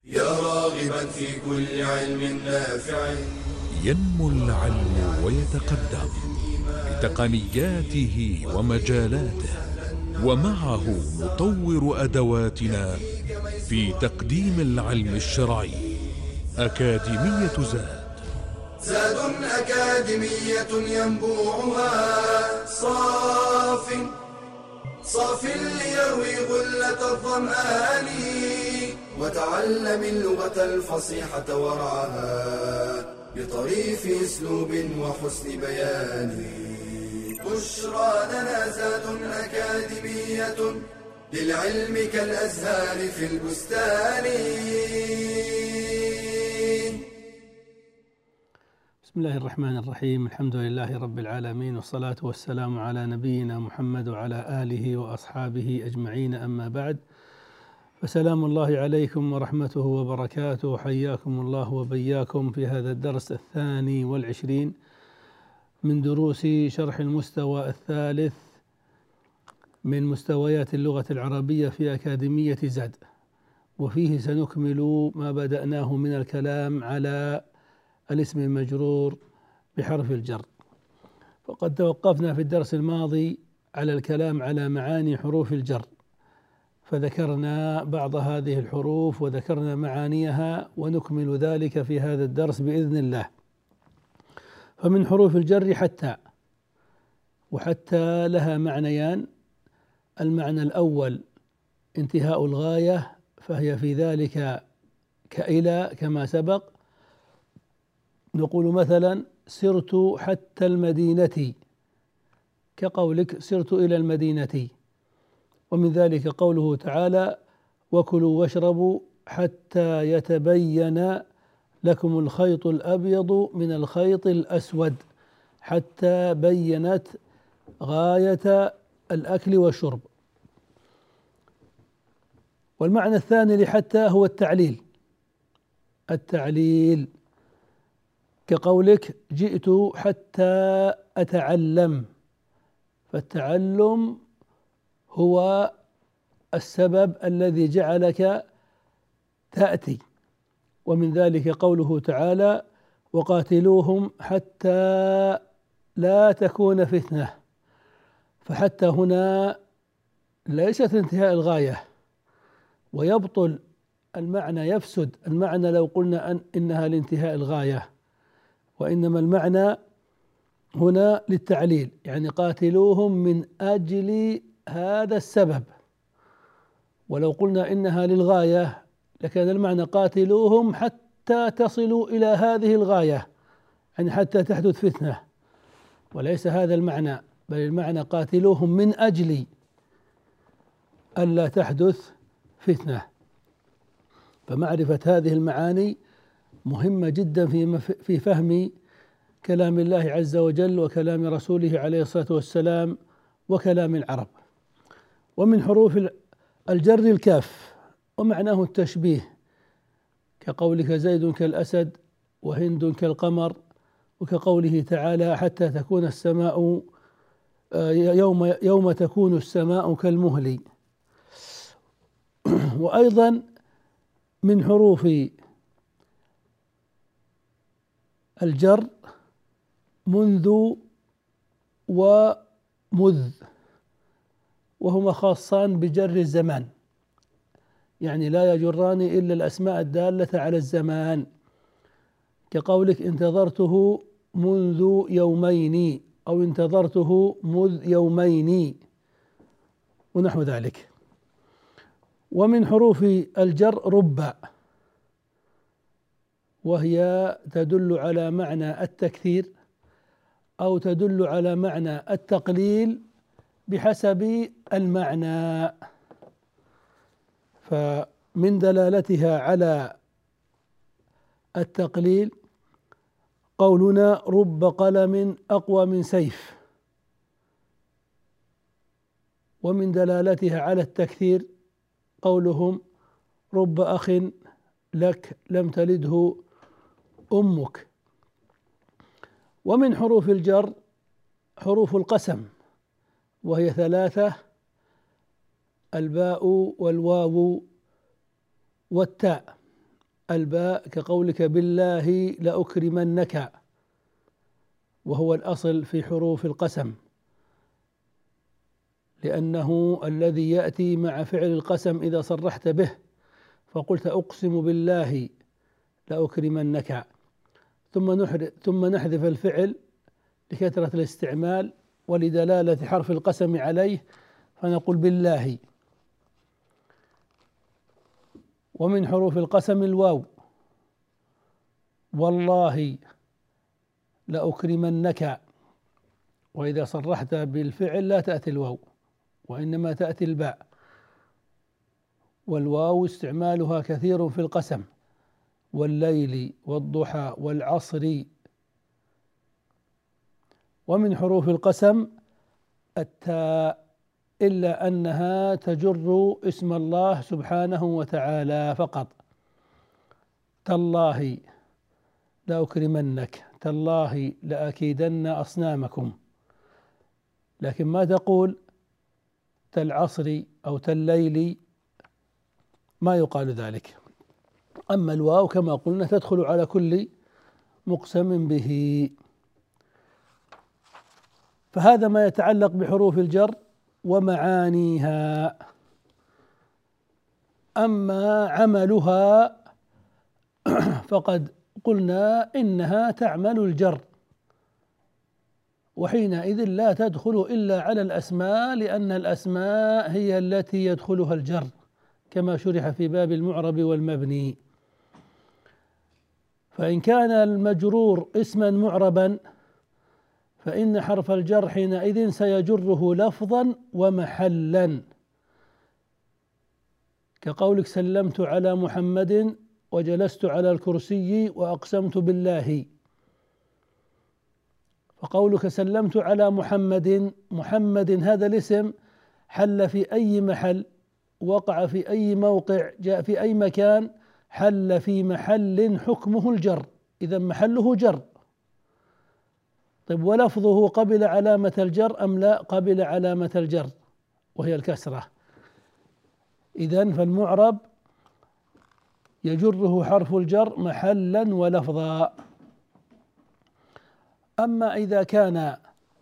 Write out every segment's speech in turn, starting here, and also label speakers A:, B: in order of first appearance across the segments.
A: يا راغبا في كل علم نافع.
B: ينمو العلم ويتقدم بتقنياته ومجالاته، ومعه نطور أدواتنا في تقديم العلم الشرعي. أكاديمية زاد.
A: زاد أكاديمية ينبوعها صاف ليروي غلة الظمآن، وتعلم اللغة الفصيحة ورعاها بطريف أسلوب وحسن بيان. بشرى لنا زاد أكاديمية للعلم كالأزهار في البستان.
C: بسم الله الرحمن الرحيم. الحمد لله رب العالمين، والصلاة والسلام على نبينا محمد وعلى آله وأصحابه أجمعين، أما بعد، فسلام الله عليكم ورحمته وبركاته. حياكم الله وبياكم في هذا الدرس 22 من دروس شرح المستوى الثالث من مستويات اللغة العربية في أكاديمية زاد، وفيه سنكمل ما بدأناه من الكلام على الاسم المجرور بحرف الجر. فقد توقفنا في الدرس الماضي على الكلام على معاني حروف الجر، فذكرنا بعض هذه الحروف وذكرنا معانيها، ونكمل ذلك في هذا الدرس بإذن الله. فمن حروف الجر حتى، وحتى لها معنيان. المعنى الأول انتهاء الغاية، فهي في ذلك كإلى كما سبق. نقول مثلا سرت حتى المدينة، كقولك سرت إلى المدينة. ومن ذلك قوله تعالى: وكلوا واشربوا حتى يتبين لكم الخيط الأبيض من الخيط الأسود، حتى بينت غاية الأكل والشرب. والمعنى الثاني لحتى هو التعليل، كقولك جئت حتى أتعلم، فالتعلم هو السبب الذي جعلك تأتي. ومن ذلك قوله تعالى: وقاتلوهم حتى لا تكون فتنة. فحتى هنا ليست انتهاء الغاية، ويبطل المعنى، يفسد المعنى لو قلنا إنها لانتهاء الغاية، وإنما المعنى هنا للتعليل، يعني قاتلوهم من أجل هذا السبب. ولو قلنا إنها للغاية لكان المعنى قاتلوهم حتى تصلوا إلى هذه الغاية، يعني حتى تحدث فتنة، وليس هذا المعنى، بل المعنى قاتلوهم من أجل ألا تحدث فتنة. فمعرفة هذه المعاني مهمة جدا في فهم كلام الله عز وجل وكلام رسوله عليه الصلاة والسلام وكلام العرب. ومن حروف الجر الكاف، ومعناه التشبيه، كقولك زيد كالأسد وهند كالقمر، وكقوله تعالى: حتى تكون السماء يوم تكون السماء كالمهل. وأيضا من حروف الجر منذ ومذ، وهما خاصان بجر الزمان، يعني لا يجران إلا الأسماء الدالة على الزمان، كقولك انتظرته منذ يومين، أو انتظرته مذ يومين، ونحو ذلك. ومن حروف الجر رب، وهي تدل على معنى التكثير أو تدل على معنى التقليل بحسب المعنى. فمن دلالتها على التقليل قولنا: رب قلم أقوى من سيف. ومن دلالتها على التكثير قولهم: رب أخ لك لم تلده أمك. ومن حروف الجر حروف القسم، وهي 3: الباء والواو والتاء. الباء كقولك بالله لأكرمنك، وهو الأصل في حروف القسم، لأنه الذي يأتي مع فعل القسم إذا صرحت به فقلت أقسم بالله لأكرمنك، ثم نحذف الفعل لكثرة الاستعمال ولدلالة حرف القسم عليه فنقول بالله. ومن حروف القسم الواو، والله لأكرمنك، وإذا صرحت بالفعل لا تأتي الواو وإنما تأتي الباء، والواو استعمالها كثير في القسم، والليل والضحى والعصر. ومن حروف القسم التاء، إلا أنها تجر اسم الله سبحانه وتعالى فقط، تالله لأكرمنك، تالله لأكيدن أصنامكم، لكن ما تقول تالعصر أو تالليل، ما يقال ذلك. أما الواو كما قلنا تدخل على كل مقسم به. فهذا ما يتعلق بحروف الجر ومعانيها. أما عملها فقد قلنا إنها تعمل الجر، وحينئذ لا تدخل إلا على الأسماء، لأن الأسماء هي التي يدخلها الجر كما شرح في باب المعرب والمبني. فإن كان المجرور اسما معربا فإن حرف الجر حينئذ سيجره لفظا ومحلا، كقولك سلمت على محمد وجلست على الكرسي وأقسمت بالله. فقولك سلمت على محمد هذا الاسم حل في أي محل، وقع في أي موقع، جاء في أي مكان، حل في محل حكمه الجر، إذا محله جر. طيب ولفظه قبل علامة الجر أم لا؟ قبل علامة الجر وهي الكسرة. إذن فالمعرب يجره حرف الجر محلا ولفظا. أما إذا كان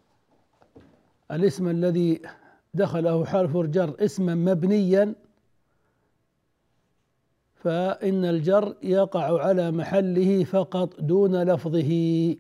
C: الاسم الذي دخله حرف الجر اسما مبنيا فإن الجر يقع على محله فقط دون لفظه،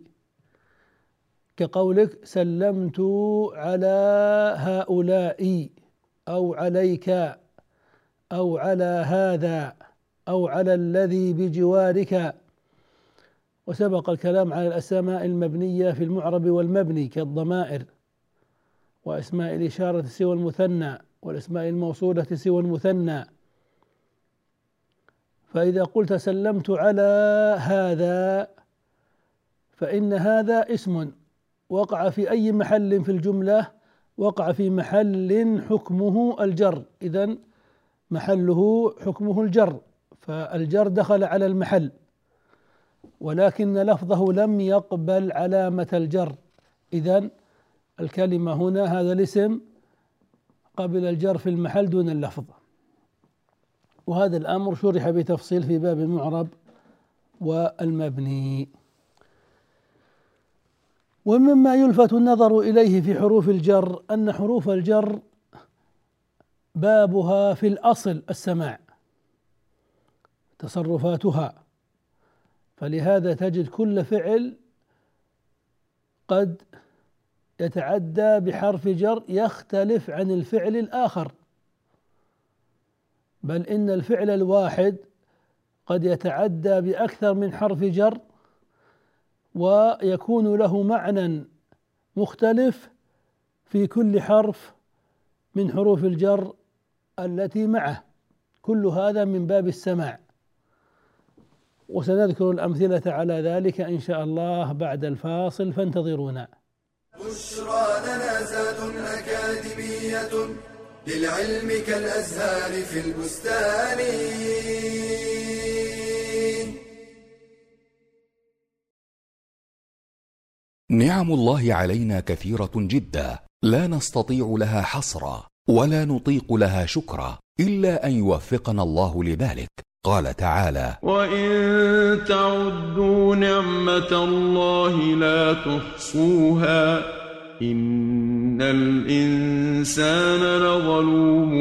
C: كقولك سلمت على هؤلاء أو عليك أو على هذا أو على الذي بجوارك. وسبق الكلام على الأسماء المبنية في المعرب والمبني كالضمائر وأسماء الإشارة سوى المثنى والأسماء الموصولة سوى المثنى. فإذا قلت سلمت على هذا فإن هذا اسم وقع في أي محل في الجملة، وقع في محل حكمه الجر، إذن محله حكمه الجر، فالجر دخل على المحل، ولكن لفظه لم يقبل علامة الجر، إذن الكلمة هنا هذا الاسم قبل الجر في المحل دون اللفظ. وهذا الأمر شرح بتفصيل في باب المعرب والمبني. ومما يلفت النظر إليه في حروف الجر أن حروف الجر بابها في الأصل السماع تصرفاتها، فلهذا تجد كل فعل قد يتعدى بحرف جر يختلف عن الفعل الآخر، بل إن الفعل الواحد قد يتعدى بأكثر من حرف جر ويكون له معنى مختلف في كل حرف من حروف الجر التي معه. كل هذا من باب السماع، وسنذكر الأمثلة على ذلك إن شاء الله بعد الفاصل، فانتظرونا.
A: بشرى لنا زاد أكاديمية للعلم كالأزهار في البستان.
D: نعم الله علينا كثيرة جدا لا نستطيع لها حصرا ولا نطيق لها شكرا إلا أن يوفقنا الله لذلك. قال تعالى:
E: وإن تعدوا نعمة الله لا تحصوها إن الإنسان لظلوم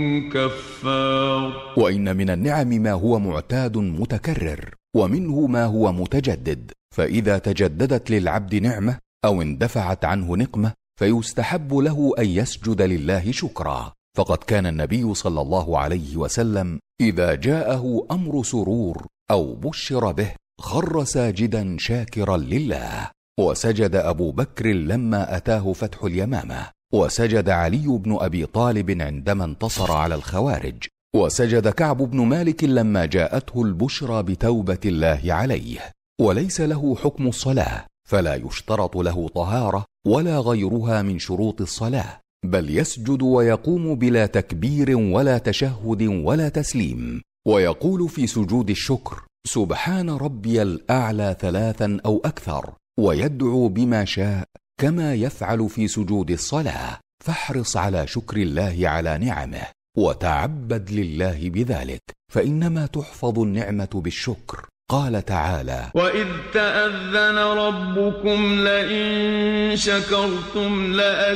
E: كفار.
D: وإن من النعم ما هو معتاد متكرر، ومنه ما هو متجدد، فإذا تجددت للعبد نعمة أو اندفعت عنه نقمة فيستحب له أن يسجد لله شكرا. فقد كان النبي صلى الله عليه وسلم إذا جاءه أمر سرور أو بشر به خر ساجدا شاكرا لله. وسجد أبو بكر لما أتاه فتح اليمامة، وسجد علي بن أبي طالب عندما انتصر على الخوارج، وسجد كعب بن مالك لما جاءته البشرى بتوبة الله عليه. وليس له حكم الصلاة، فلا يشترط له طهارة ولا غيرها من شروط الصلاة، بل يسجد ويقوم بلا تكبير ولا تشهد ولا تسليم، ويقول في سجود الشكر: سبحان ربي الأعلى 3 أو أكثر، ويدعو بما شاء كما يفعل في سجود الصلاة. فاحرص على شكر الله على نعمه، وتعبد لله بذلك، فإنما تحفظ النعمة بالشكر. قال تعالى:
E: وإذ تأذن ربكم لئن شكرتم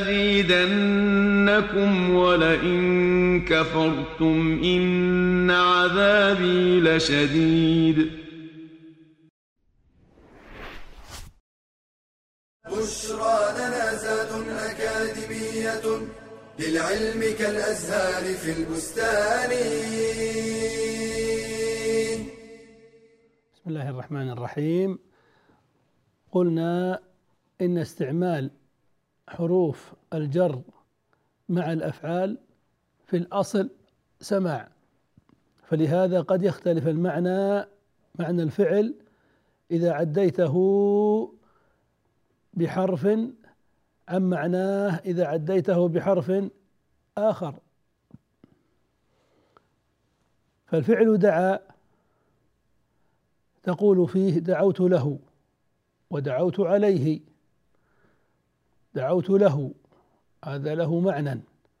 E: لأزيدنكم ولئن كفرتم إن عذابي لشديد.
A: بشرى لنا زاد أكاديمية للعلم كالأزهار في البستان.
C: بسم الله الرحمن الرحيم. قلنا إن استعمال حروف الجر مع الأفعال في الأصل سماع، فلهذا قد يختلف معنى الفعل إذا عديته بحرف عن معناه إذا عديته بحرف آخر. فالفعل دعا تقول فيه دعوت له ودعوت عليه. دعوت له هذا له معنى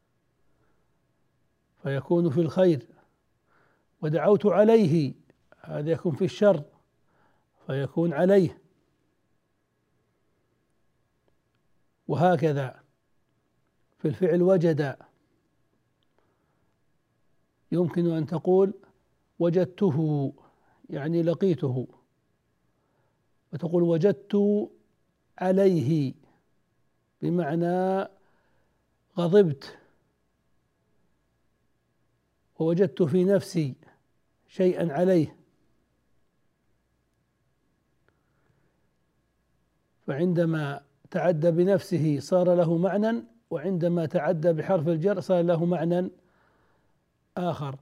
C: فيكون في الخير، ودعوت عليه هذا يكون في الشر فيكون عليه، وهكذا في الفعل وجد يمكن أن تقول وجدته يعني لقيته، وتقول وجدت عليه بمعنى غضبت ووجدت في نفسي شيئا عليه. فعندما تعدى بنفسه صار له معنى، وعندما تعدى بحرف الجر صار له معنى آخر.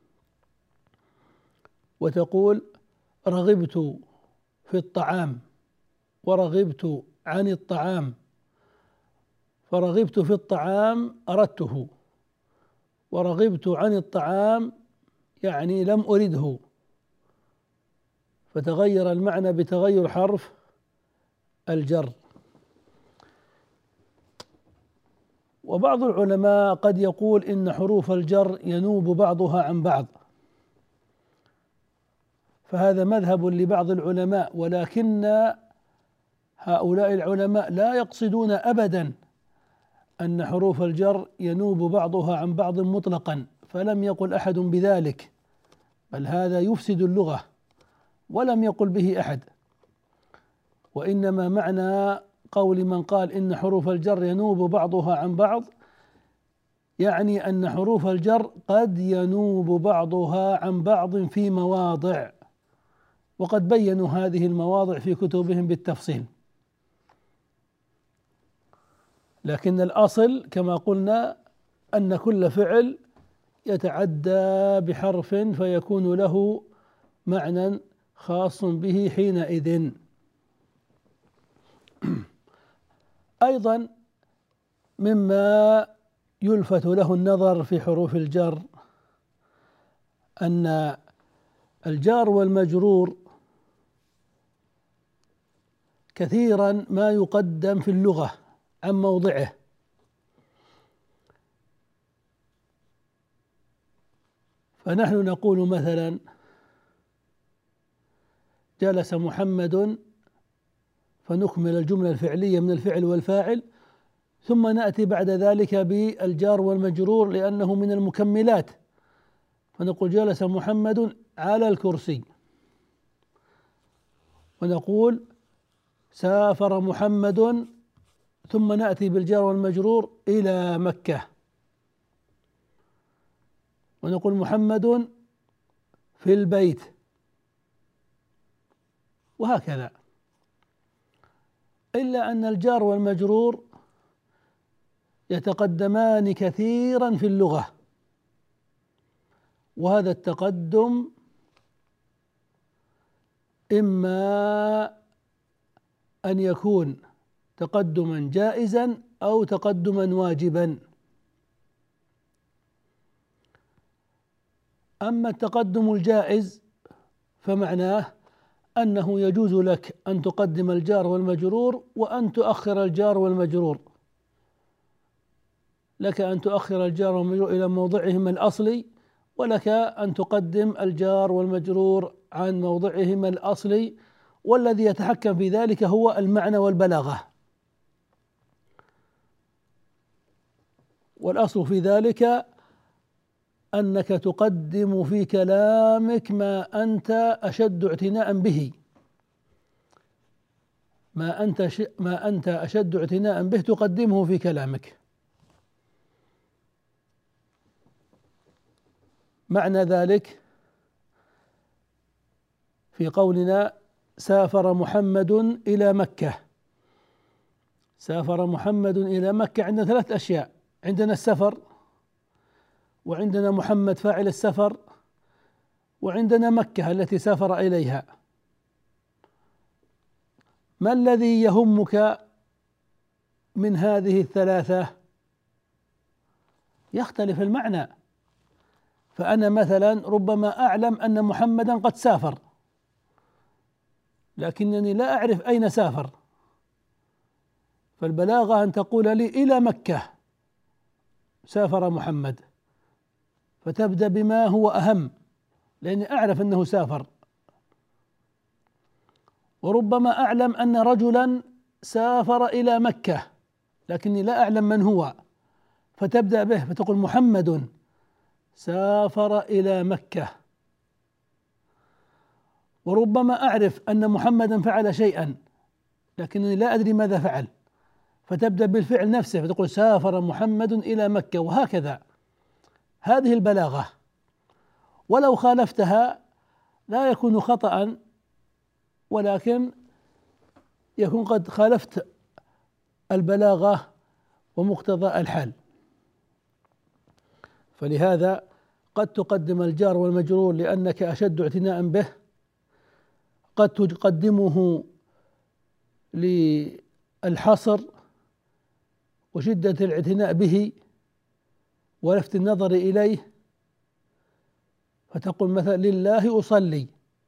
C: وتقول رغبت في الطعام ورغبت عن الطعام، فرغبت في الطعام أردته، ورغبت عن الطعام يعني لم أرده، فتغير المعنى بتغير حرف الجر. وبعض العلماء قد يقول إن حروف الجر ينوب بعضها عن بعض، فهذا مذهب لبعض العلماء، ولكن هؤلاء العلماء لا يقصدون أبدا أن حروف الجر ينوب بعضها عن بعض مطلقا، فلم يقل أحد بذلك، بل هذا يفسد اللغة ولم يقل به أحد. وإنما معنى قول من قال إن حروف الجر ينوب بعضها عن بعض يعني أن حروف الجر قد ينوب بعضها عن بعض في مواضع، وقد بينوا هذه المواضع في كتبهم بالتفصيل. لكن الأصل كما قلنا أن كل فعل يتعدى بحرف فيكون له معنى خاص به حينئذ. أيضا مما يلفت له النظر في حروف الجر أن الجار والمجرور كثيرا ما يقدم في اللغة عن موضعه، فنحن نقول مثلا جلس محمد فنكمل الجملة الفعلية من الفعل والفاعل، ثم نأتي بعد ذلك بالجار والمجرور لأنه من المكملات، فنقول جلس محمد على الكرسي، ونقول سافر محمد، ثم نأتي بالجار والمجرور إلى مكة، ونقول محمد في البيت، وهكذا. إلا أن الجار والمجرور يتقدمان كثيرا في اللغة، وهذا التقدم إما أن يكون تقدما جائزا أو تقدما واجبا. أما التقدم الجائز فمعناه أنه يجوز لك أن تقدم الجار والمجرور وأن تؤخر الجار والمجرور، لك أن تؤخر الجار والمجرور إلى موضعهما الأصلي، ولك أن تقدم الجار والمجرور عن موضعهما الأصلي، والذي يتحكم في ذلك هو المعنى والبلاغة. والأصل في ذلك أنك تقدم في كلامك ما أنت أشد اعتناء به، ما أنت أشد اعتناء به تقدمه في كلامك. معنى ذلك في قولنا سافر محمد إلى مكة، سافر محمد إلى مكة عندنا ثلاث أشياء: عندنا السفر، وعندنا محمد فاعل السفر، وعندنا مكة التي سافر إليها. ما الذي يهمك من هذه الثلاثة؟ يختلف المعنى. فأنا مثلا ربما أعلم أن محمدا قد سافر، لكنني لا أعرف أين سافر، فالبلاغة أن تقول لي إلى مكة سافر محمد، فتبدأ بما هو أهم لأني أعرف أنه سافر. وربما أعلم أن رجلا سافر إلى مكة لكني لا أعلم من هو، فتبدأ به فتقول محمد سافر إلى مكة. وربما أعرف أن محمدا فعل شيئا لكنني لا أدري ماذا فعل، فتبدأ بالفعل نفسه فتقول سافر محمد إلى مكة، وهكذا. هذه البلاغة، ولو خالفتها لا يكون خطأ، ولكن يكون قد خالفت البلاغة ومقتضى الحال. فلهذا قد تقدم الجار والمجرور لأنك أشد اعتناء به، قد تقدمه للحصر وشدة الاعتناء به ولفت النظر إليه، فتقول مثلا لله أصلي،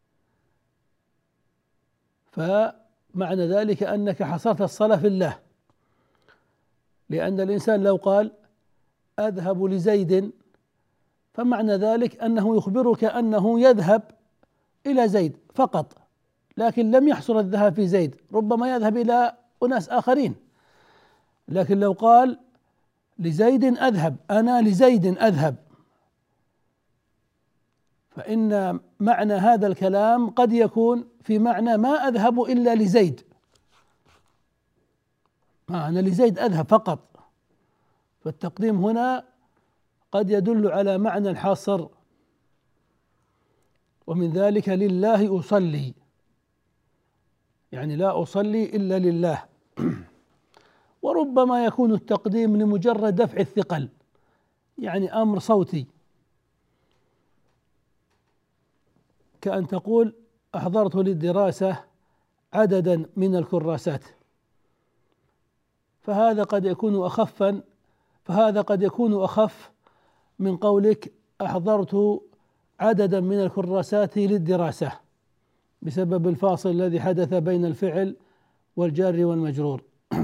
C: فمعنى ذلك أنك حصرت الصلاة في الله، لأن الإنسان لو قال أذهب لزيد فمعنى ذلك أنه يخبرك أنه يذهب إلى زيد فقط، لكن لم يحصر الذهاب في زيد، ربما يذهب إلى أناس آخرين. لكن لو قال لزيد أذهب، أنا لزيد أذهب، فإن معنى هذا الكلام قد يكون في معنى ما أذهب إلا لزيد، أنا لزيد أذهب فقط، فالتقديم هنا قد يدل على معنى الحصر. ومن ذلك لله أصلي، يعني لا أصلي إلا لله. وربما يكون التقديم لمجرد دفع الثقل، يعني أمر صوتي، كأن تقول أحضرت للدراسة عددا من الكراسات، فهذا قد يكون أخف من قولك أحضرت عددا من الكراسات للدراسة، بسبب الفاصل الذي حدث بين الفعل والجار والمجرور.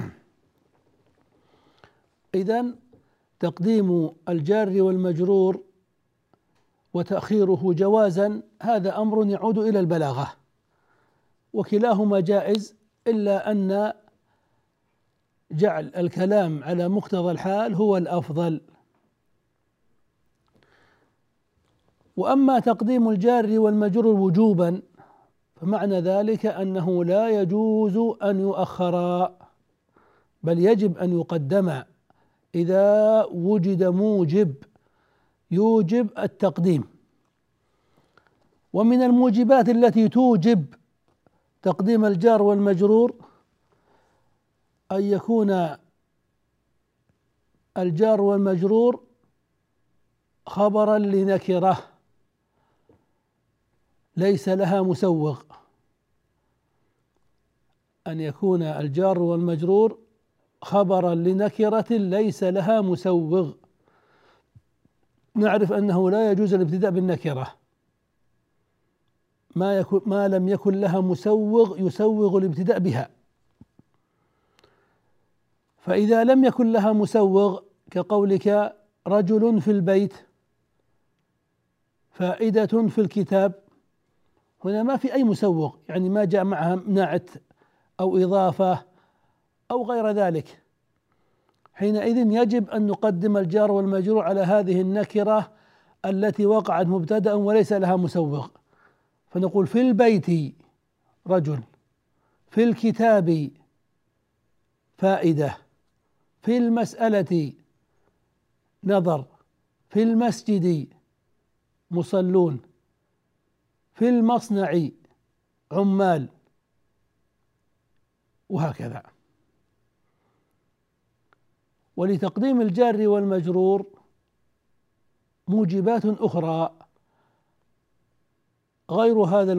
C: إذن تقديم الجار والمجرور وتأخيره جوازا هذا أمر يعود إلى البلاغة، وكلاهما جائز، إلا أن جعل الكلام على مقتضى الحال هو الأفضل. وأما تقديم الجار والمجرور وجوبا فمعنى ذلك أنه لا يجوز أن يؤخرا، بل يجب أن يقدما إذا وجد موجب يوجب التقديم. ومن الموجبات التي توجب تقديم الجار والمجرور أن يكون الجار والمجرور خبرا لنكرة ليس لها مسوغ، أن يكون الجار والمجرور خبرا لنكرة ليس لها مسوغ. نعرف أنه لا يجوز الابتداء بالنكرة ما لم يكن لها مسوغ يسوغ الابتداء بها. فإذا لم يكن لها مسوغ كقولك رجل في البيت، فائدة في الكتاب، هنا ما في أي مسوغ، يعني ما جاء معها نعت أو إضافة أو غير ذلك. حينئذ يجب أن نقدم الجار والمجرور على هذه النكرة التي وقعت مبتدأ وليس لها مسوغ، فنقول في البيت رجل، في الكتاب فائدة، في المسألة نظر، في المسجد مصلون، في المصنع عمال، وهكذا. ولتقديم الجار والمجرور موجبات أخرى غير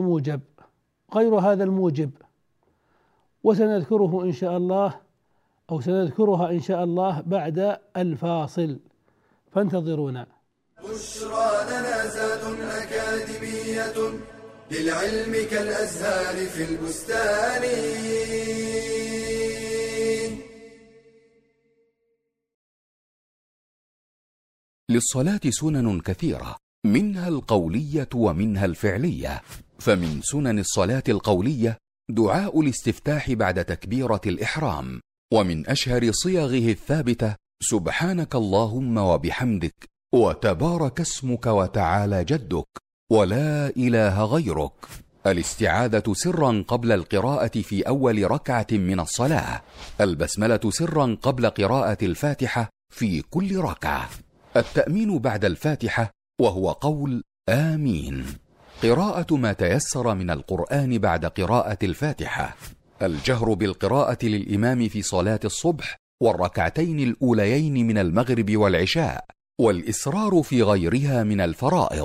C: هذا الموجب، وسنذكره إن شاء الله أو سنذكرها إن شاء الله بعد الفاصل، فانتظرونا.
A: بشرى لنا زاد أكاديمية للعلم كالأزهار في البستان.
D: للصلاة سنن كثيرة، منها القولية ومنها الفعلية. فمن سنن الصلاة القولية دعاء الاستفتاح بعد تكبيرة الإحرام، ومن أشهر صيغه الثابتة سبحانك اللهم وبحمدك وتبارك اسمك وتعالى جدك ولا إله غيرك. الاستعاذة سرا قبل القراءة في أول ركعة من الصلاة، البسملة سرا قبل قراءة الفاتحة في كل ركعة، التأمين بعد الفاتحة وهو قول آمين، قراءة ما تيسر من القرآن بعد قراءة الفاتحة، الجهر بالقراءة للإمام في صلاة الصبح والركعتين الأوليين من المغرب والعشاء، والإسرار في غيرها من الفرائض،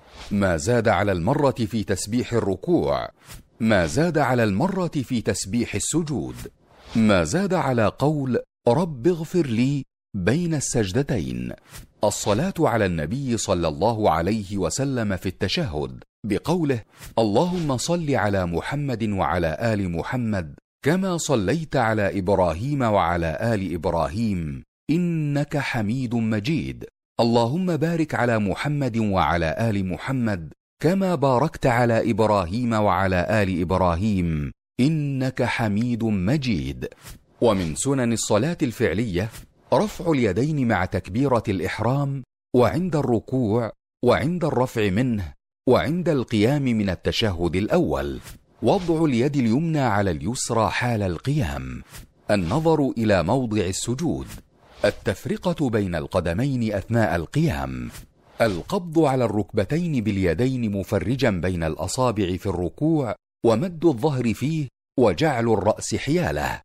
D: ما زاد على المرة في تسبيح الركوع، ما زاد على المرة في تسبيح السجود، ما زاد على قول رب اغفر لي بين السجدتين، الصلاة على النبي صلى الله عليه وسلم في التشهد بقوله اللهم صل على محمد وعلى آل محمد كما صليت على إبراهيم وعلى آل إبراهيم إنك حميد مجيد، اللهم بارك على محمد وعلى آل محمد كما باركت على إبراهيم وعلى آل إبراهيم إنك حميد مجيد. ومن سنن الصلاة الفعلية رفع اليدين مع تكبيرة الإحرام، وعند الركوع، وعند الرفع منه، وعند القيام من التشهد الأول، وضع اليد اليمنى على اليسرى حال القيام، النظر إلى موضع السجود، التفرقة بين القدمين أثناء القيام، القبض على الركبتين باليدين مفرجا بين الأصابع في الركوع، ومد الظهر فيه، وجعل الرأس حياله،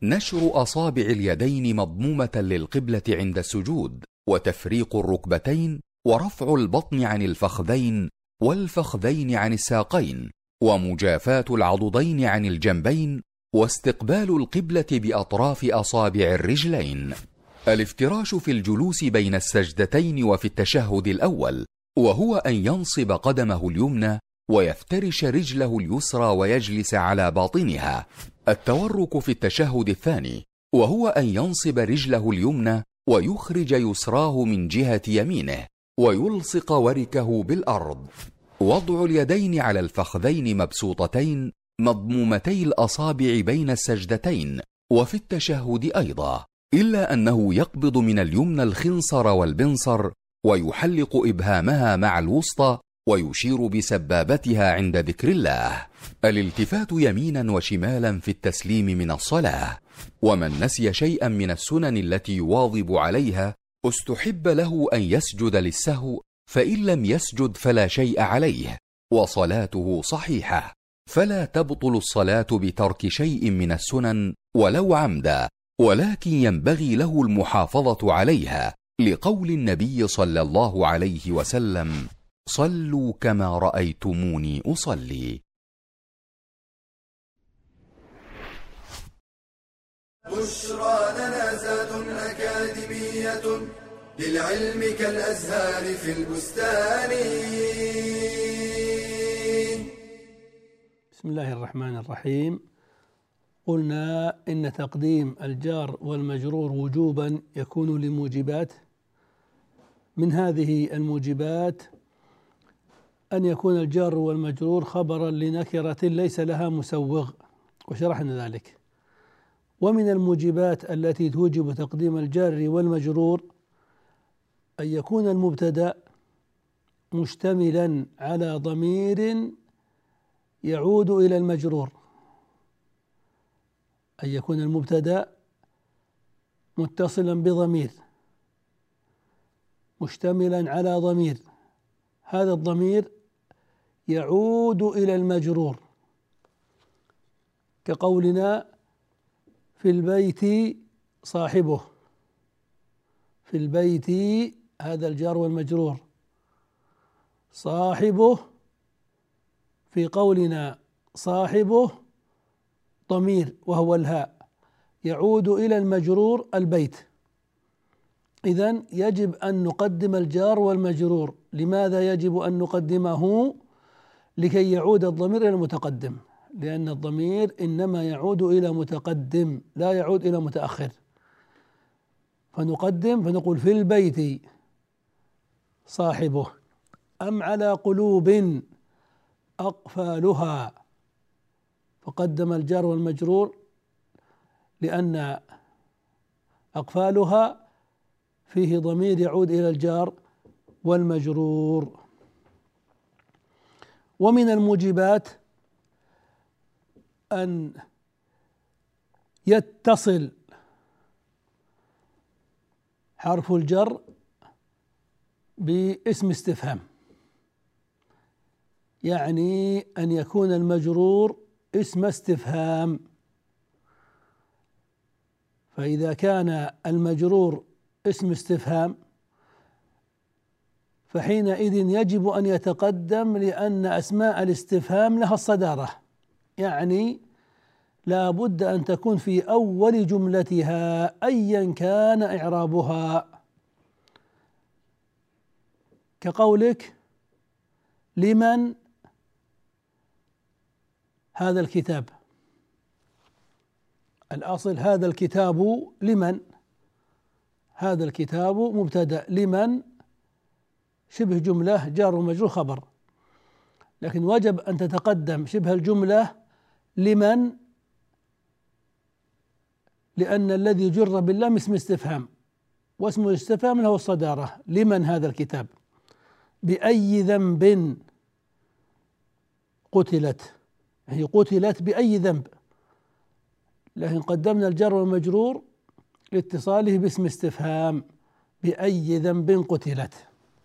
D: نشر أصابع اليدين مضمومة للقبلة عند السجود، وتفريق الركبتين، ورفع البطن عن الفخذين، والفخذين عن الساقين، ومجافاة العضدين عن الجنبين، واستقبال القبلة بأطراف أصابع الرجلين، الافتراش في الجلوس بين السجدتين وفي التشهد الأول، وهو أن ينصب قدمه اليمنى ويفترش رجله اليسرى ويجلس على باطنها، التورك في التشهد الثاني، وهو أن ينصب رجله اليمنى ويخرج يسراه من جهة يمينه ويلصق وركه بالأرض، وضع اليدين على الفخذين مبسوطتين مضمومتي الأصابع بين السجدتين وفي التشهد أيضا، إلا أنه يقبض من اليمنى الخنصر والبنصر ويحلق إبهامها مع الوسطى ويشير بسبابتها عند ذكر الله. الالتفات يمينا وشمالا في التسليم من الصلاة. ومن نسي شيئا من السنن التي يواظب عليها استحب له أن يسجد للسهو، فإن لم يسجد فلا شيء عليه وصلاته صحيحة، فلا تبطل الصلاة بترك شيء من السنن ولو عمدا، ولكن ينبغي له المحافظة عليها، لقول النبي صلى الله عليه وسلم: صلوا كما رأيتموني أصلي.
A: بشرى لنا زاد أكاديمية للعلم كالأزهار في البستان.
C: بسم الله الرحمن الرحيم. قلنا إن تقديم الجار والمجرور وجوبا يكون لموجبات. من هذه الموجبات أن يكون الجار والمجرور خبرا لنكرة ليس لها مسوغ، وشرحنا ذلك. ومن الموجبات التي توجب تقديم الجار والمجرور أن يكون المبتدأ مشتملا على ضمير يعود إلى المجرور، أن يكون المبتدأ متصلا بضمير مشتملا على ضمير، هذا الضمير يعود إلى المجرور، كقولنا في البيت صاحبه. في البيت هذا الجار والمجرور، صاحبه في قولنا صاحبه ضمير وهو الهاء يعود إلى المجرور البيت. إذن يجب أن نقدم الجار والمجرور. لماذا يجب أن نقدمه؟ لكي يعود الضمير إلى المتقدم، لأن الضمير إنما يعود إلى متقدم لا يعود إلى متأخر، فنقدم فنقول في البيت صاحبه، أم على قلوب أقفالها، فقدم الجار والمجرور لأن أقفالها فيه ضمير يعود إلى الجار والمجرور. ومن الموجبات أن يتصل حرف الجر باسم استفهام، يعني أن يكون المجرور اسم استفهام. فإذا كان المجرور اسم استفهام فحينئذ يجب أن يتقدم، لأن أسماء الاستفهام لها الصدارة، يعني لا بد أن تكون في أول جملتها أيا كان إعرابها، كقولك لمن هذا الكتاب. الأصل هذا الكتاب لمن، هذا الكتاب مبتدأ، لمن شبه جملة جار ومجرور خبر، لكن وجب أن تتقدم شبه الجملة لمن، لأن الذي جر باللام اسم استفهام، واسم الاستفهام له الصدارة. لمن هذا الكتاب، بأي ذنب قتلت، هي قتلت بأي ذنب، لكن قدمنا الجر والمجرور لاتصاله باسم استفهام، بأي ذنب قتلت.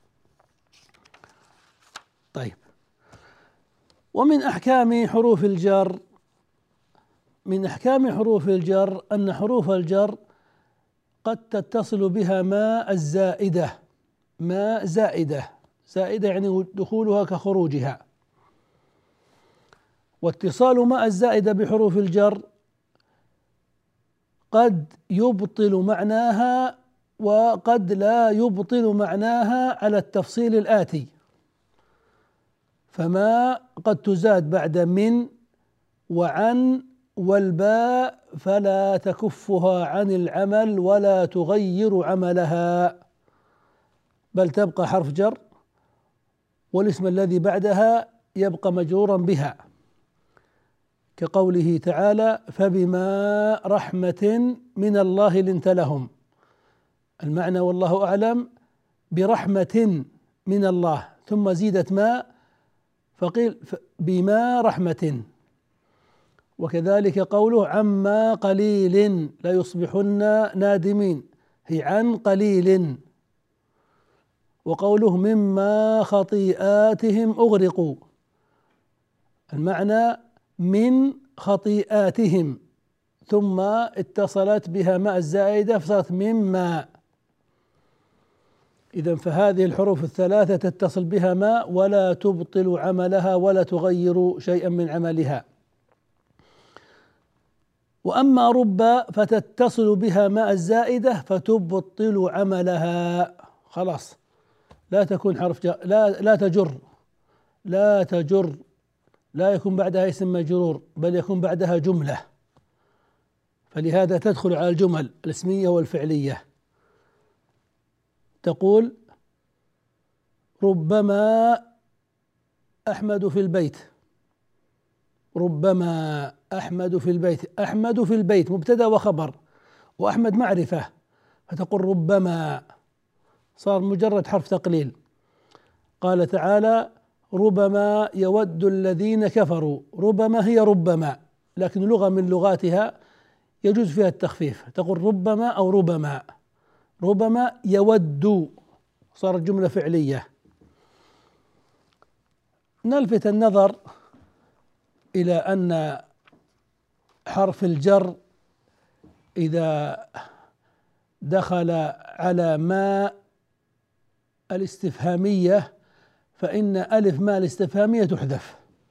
C: طيب، ومن أحكام حروف الجر، من أحكام حروف الجر أن حروف الجر قد تتصل بها ما الزائدة، ما زائدة، زائدة يعني دخولها كخروجها. واتصال ما الزائدة بحروف الجر قد يبطل معناها وقد لا يبطل معناها على التفصيل الآتي. فما قد تزاد بعد من وعن والباء فلا تكفها عن العمل ولا تغير عملها، بل تبقى حرف جر والاسم الذي بعدها يبقى مجرورا بها، كقوله تعالى: فبما رحمة من الله لنت لهم. المعنى والله أعلم برحمة من الله، ثم زيدت ما فقيل بما رحمة. وكذلك قوله: عما قليل ليصبحن نادمين، هي عن قليل. وقوله: مما خطيئاتهم أغرقوا، المعنى من خطيئاتهم، ثم اتصلت بها ماء الزائدة فصارت مما. إذن فهذه الحروف الثلاثة تتصل بها ماء ولا تبطل عملها ولا تغير شيئا من عملها. وأما رب فتتصل بها ماء الزائدة فتبطل عملها، خلاص لا تكون حرف لا تجر، لا يكون بعدها اسم مجرور، بل يكون بعدها جملة، فلهذا تدخل على الجمل الاسمية والفعلية. تقول: ربما أحمد في البيت، ربما أحمد في البيت، أحمد في البيت مبتدأ وخبر، وأحمد معرفة، فتقول ربما، صار مجرد حرف تقليل. قال تعالى: ربما يود الذين كفروا، ربما هي ربما، لكن لغة من لغاتها يجوز فيها التخفيف، تقول ربما أو ربما. ربما يود صارت جملة فعلية. نلفت النظر إلى أن حرف الجر إذا دخل على ما الاستفهامية فإن ألف ما الاستفهامية تحذف.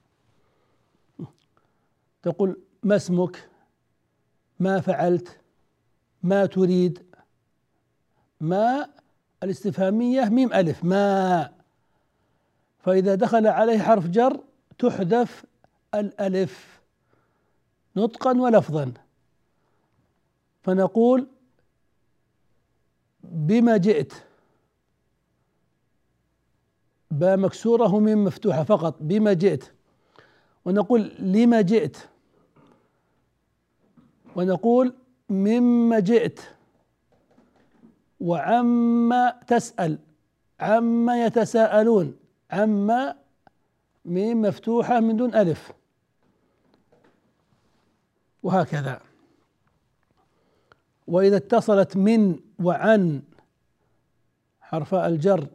C: تقول: ما اسمك؟ ما فعلت؟ ما تريد؟ ما الاستفهامية ميم ألف ما، فإذا دخل عليه حرف جر تحذف الألف نطقا ولفظا، فنقول: بما جئت، باء مكسورة وميم مفتوحة فقط، بما جئت. ونقول: لما جئت، ونقول: مما جئت. وعما تسأل، عما يتساءلون، عما ميم مفتوحة من دون ألف، وهكذا. وإذا اتصلت من وعن حرفاء الجر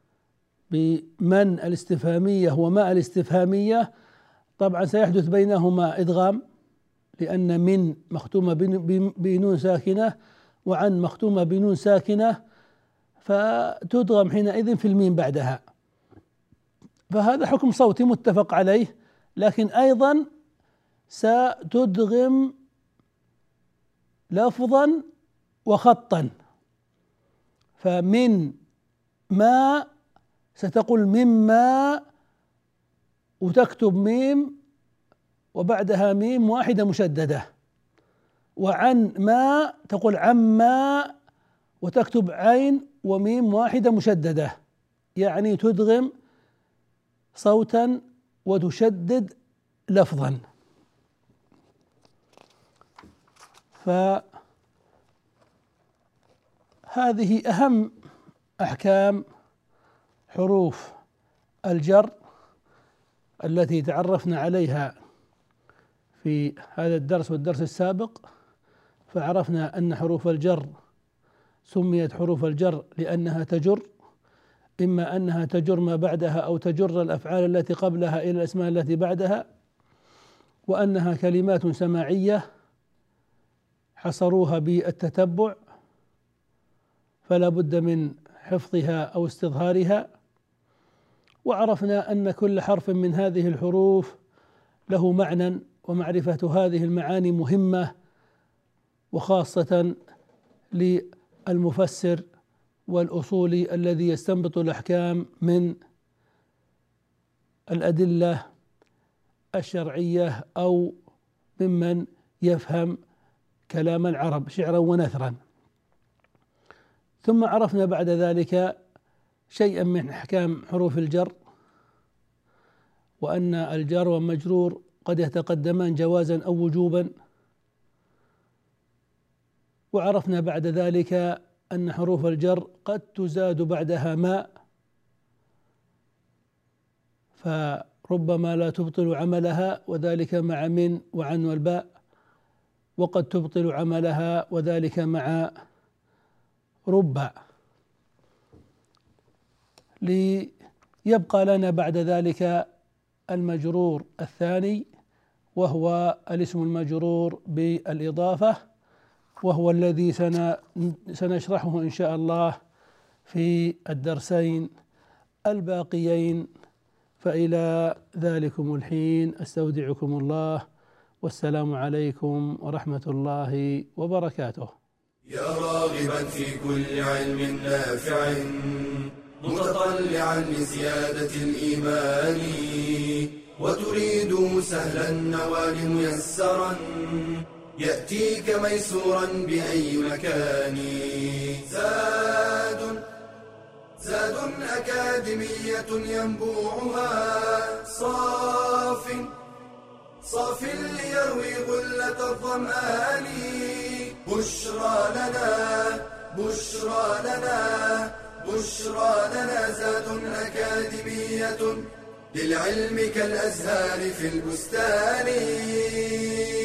C: بمن الاستفهامية وما الاستفهامية، طبعا سيحدث بينهما إدغام، لأن من مختومة بنون ساكنة وعن مختومة بنون ساكنة، فتدغم حينئذ في الميم بعدها. فهذا حكم صوتي متفق عليه، لكن أيضا ستدغم لفظا وخطا. فمن ما ستقول مما وتكتب ميم وبعدها ميم واحدة مشددة، وعن ما تقول عما وتكتب عين وميم واحدة مشددة، يعني تدغم صوتا وتشدد لفظا. فهذه أهم أحكام حروف الجر التي تعرفنا عليها في هذا الدرس والدرس السابق. فعرفنا أن حروف الجر سميت حروف الجر لأنها تجر، إما أنها تجر ما بعدها أو تجر الأفعال التي قبلها إلى الأسماء التي بعدها، وأنها كلمات سماعية حصروها بالتتبع فلا بد من حفظها أو استظهارها. وعرفنا أن كل حرف من هذه الحروف له معنى، ومعرفة هذه المعاني مهمة، وخاصة للمفسر والأصولي الذي يستنبط الأحكام من الأدلة الشرعية أو ممن يفهم كلام العرب شعرا ونثرا. ثم عرفنا بعد ذلك شيئا من أحكام حروف الجر، وأن الجار والمجرور قد يتقدمان جوازا أو وجوبا، وعرفنا بعد ذلك أن حروف الجر قد تزاد بعدها ماء، فربما لا تبطل عملها وذلك مع من وعن والباء، وقد تبطل عملها وذلك مع رب. ليبقى لنا بعد ذلك المجرور الثاني، وهو الاسم المجرور بالإضافة، وهو الذي سنشرحه إن شاء الله في الدرسين الباقيين. فإلى ذلكم الحين أستودعكم الله، والسلام عليكم ورحمة الله وبركاته.
A: يا راغبا في كل علم نافع متطلعا لزيادة الإيمان، وتريد سهلا النوال ميسرا يأتيك ميسورا بأي مكان. زاد أكاديمية ينبوعها صاف ليروي غلة الظمآن. بشرى لنا زاد أكاديمية للعلم كالأزهار في البستان.